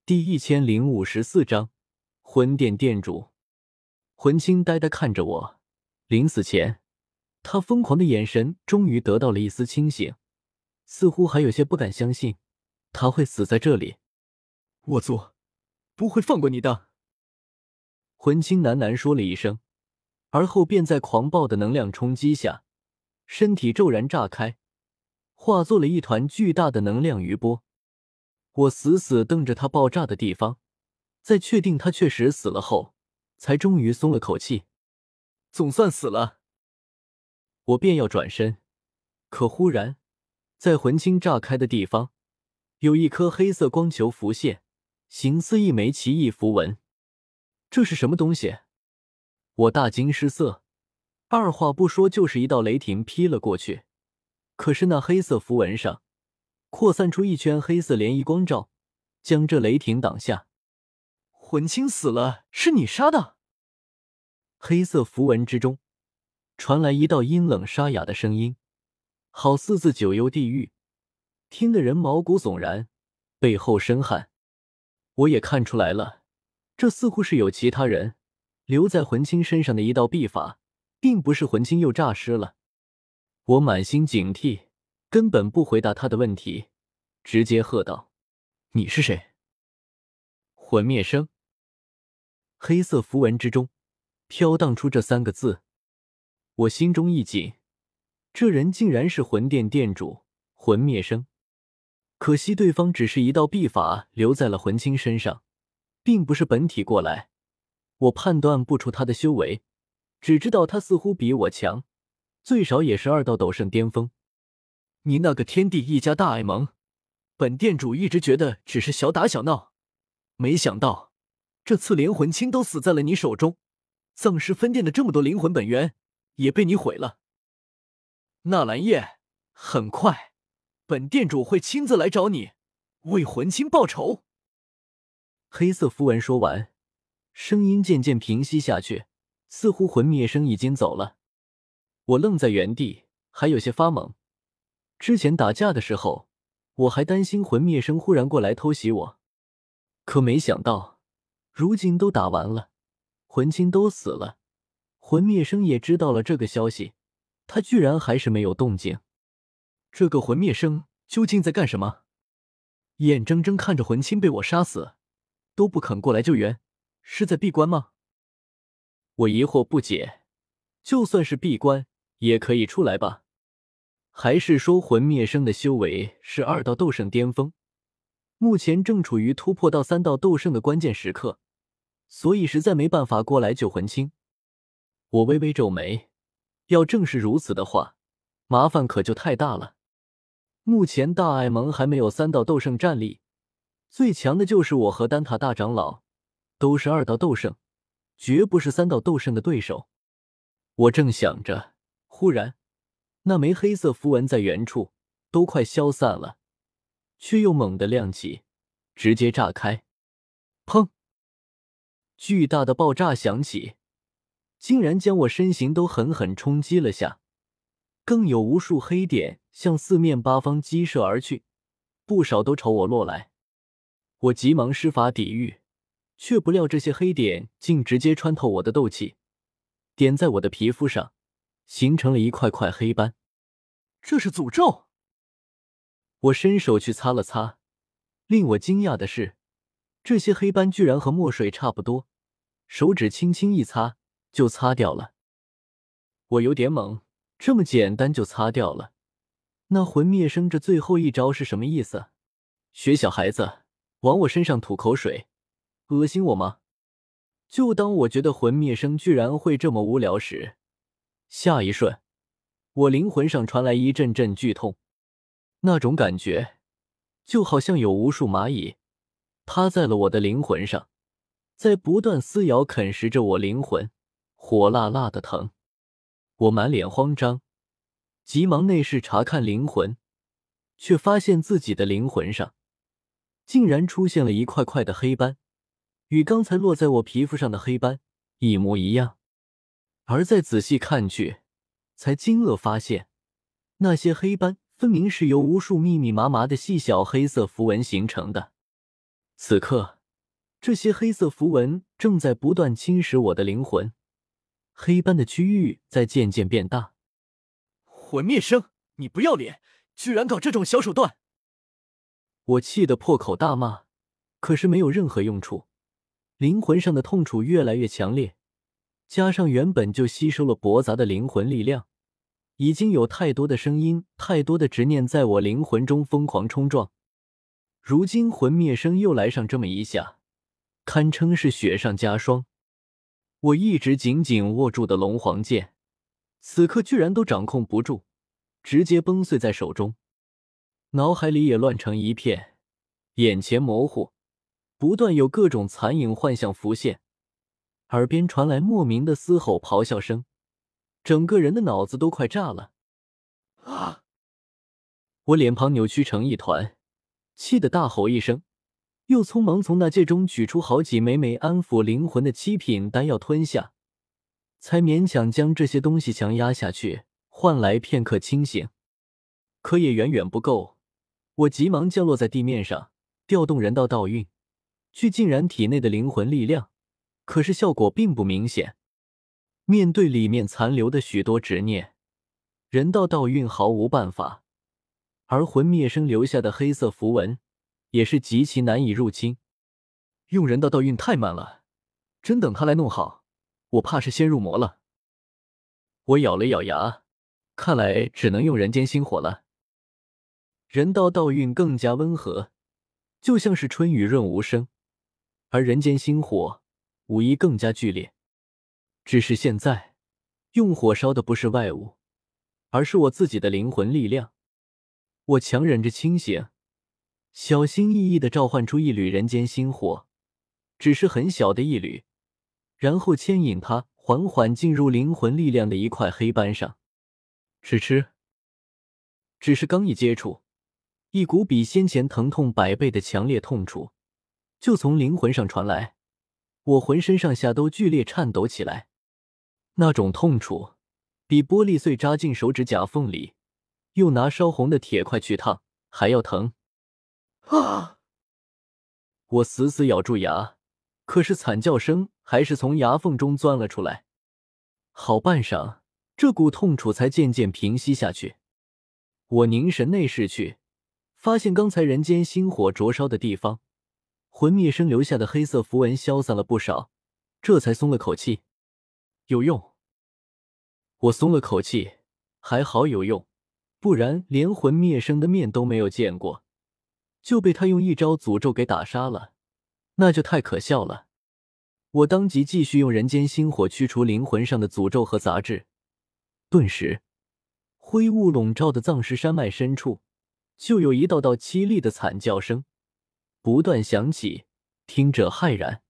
第1054章魂殿殿主。魂青呆呆看着我，临死前他疯狂的眼神终于得到了一丝清醒，似乎还有些不敢相信他会死在这里。 我族不会放过你的。 魂青喃喃说了一声，而后便在狂暴的能量冲击下，身体骤然炸开，化作了一团巨大的能量余波。我死死瞪着他爆炸的地方，在确定他确实死了后，才终于松了口气。 总算死了。 我便要转身，可忽然在魂青炸开的地方，有一颗黑色光球浮现，形似一枚奇异符文。这是什么东西？我大惊失色，二话不说就是一道雷霆劈了过去。可是那黑色符文上扩散出一圈黑色涟漪光照，将这雷霆挡下。 魂青死了，是你杀的？ 黑色符文之中传来一道阴冷沙哑的声音，好似自九幽地狱，听得人毛骨悚然，背后生汗。我也看出来了，这似乎是有其他人留在魂青身上的一道秘法，并不是魂青又诈尸了。我满心警惕，根本不回答他的问题，直接喝道：你是谁？魂灭生。黑色符文之中飘荡出这三个字，我心中一紧，这人竟然是魂殿殿主魂灭生。可惜对方只是一道秘法留在了魂青身上，并不是本体过来，我判断不出他的修为，只知道他似乎比我强，最少也是2道斗圣巅峰。 你那个天地一家大爱盟，本店主一直觉得只是小打小闹，没想到这次连魂青都死在了你手中，丧尸分店的这么多灵魂本源也被你毁了。纳兰叶，很快本店主会亲自来找你，为魂青报仇。 黑色符文说完，声音渐渐平息下去，似乎魂灭生已经走了。我愣在原地，还有些发懵。之前打架的时候，我还担心魂灭生忽然过来偷袭我，可没想到如今都打完了，魂青都死了，魂灭生也知道了这个消息，他居然还是没有动静。 这个魂灭生究竟在干什么？眼睁睁看着魂青被我杀死，都不肯过来救援，是在闭关吗？ 我疑惑不解，就算是闭关也可以出来吧？还是说魂灭生的修为是2道斗圣巅峰，目前正处于突破到3道斗圣的关键时刻，所以实在没办法过来救魂青？我微微皱眉，要正是如此的话，麻烦可就太大了。目前大爱盟还没有3道斗圣战力，最强的就是我和丹塔大长老，都是2道斗圣，绝不是3道斗圣的对手。我正想着，忽然那枚黑色符文在远处都快消散了，却又猛地亮起，直接炸开。砰！巨大的爆炸响起，竟然将我身形都狠狠冲击了下，更有无数黑点向四面八方激射而去，不少都朝我落来。我急忙施法抵御，却不料这些黑点竟直接穿透我的斗气，点在我的皮肤上，形成了一块块黑斑。 这是诅咒！ 我伸手去擦了擦，令我惊讶的是，这些黑斑居然和墨水差不多，手指轻轻一擦就擦掉了。我有点懵，这么简单就擦掉了，那魂灭生这最后一招是什么意思？学小孩子往我身上吐口水，恶心我吗？就当我觉得魂灭生居然会这么无聊时，下一瞬我灵魂上传来一阵阵剧痛，那种感觉就好像有无数蚂蚁趴在了我的灵魂上，在不断撕咬啃食着我灵魂，火辣辣的疼。我满脸慌张，急忙内视查看灵魂，却发现自己的灵魂上竟然出现了一块块的黑斑，与刚才落在我皮肤上的黑斑一模一样。而再仔细看去，才惊愕发现，那些黑斑分明是由无数密密麻麻的细小黑色符文形成的。此刻这些黑色符文正在不断侵蚀我的灵魂，黑斑的区域在渐渐变大。 魂灭生，你不要脸，居然搞这种小手段！ 我气得破口大骂，可是没有任何用处。灵魂上的痛楚越来越强烈，加上原本就吸收了驳杂的灵魂力量，已经有太多的声音，太多的执念在我灵魂中疯狂冲撞。如今魂灭生又来上这么一下，堪称是雪上加霜。我一直紧紧握住的龙皇剑，此刻居然都掌控不住，直接崩碎在手中。脑海里也乱成一片，眼前模糊，不断有各种残影幻象浮现，耳边传来莫名的嘶吼咆哮声，整个人的脑子都快炸了。 啊！ 我脸庞扭曲成一团，气得大吼一声，又匆忙从那戒中取出好几枚枚安抚灵魂的7品丹药吞下，才勉强将这些东西强压下去，换来片刻清醒。可也远远不够，我急忙降落在地面上，调动人道道运去浸染体内的灵魂力量，可是效果并不明显。面对里面残留的许多执念，人道道运毫无办法，而魂灭生留下的黑色符文也是极其难以入侵。 用人道道运太慢了，真等他来弄好，我怕是先入魔了。 我咬了咬牙，看来只能用人间星火了。人道道运更加温和，就像是春雨润无声，而人间星火无疑更加剧烈。只是现在用火烧的不是外物，而是我自己的灵魂力量。我强忍着清醒，小心翼翼地召唤出一缕人间星火，只是很小的一缕，然后牵引它缓缓进入灵魂力量的一块黑斑上。吃吃，只是刚一接触，一股比先前疼痛100倍的强烈痛楚就从灵魂上传来，我浑身上下都剧烈颤抖起来。那种痛楚比玻璃碎扎进手指甲缝里，又拿烧红的铁块去烫还要疼。 啊！ 我死死咬住牙，可是惨叫声还是从牙缝中钻了出来。好半晌，这股痛楚才渐渐平息下去。我凝神内视去，发现刚才人间星火灼烧的地方，魂灭生留下的黑色符文消散了不少，这才松了口气。有用。我松了口气，还好有用，不然连魂灭生的面都没有见过，就被他用一招诅咒给打杀了，那就太可笑了。我当即继续用人间星火驱除灵魂上的诅咒和杂质，顿时灰雾笼罩的藏尸山脉深处，就有一道道凄厉的惨叫声不断响起，听者骇然。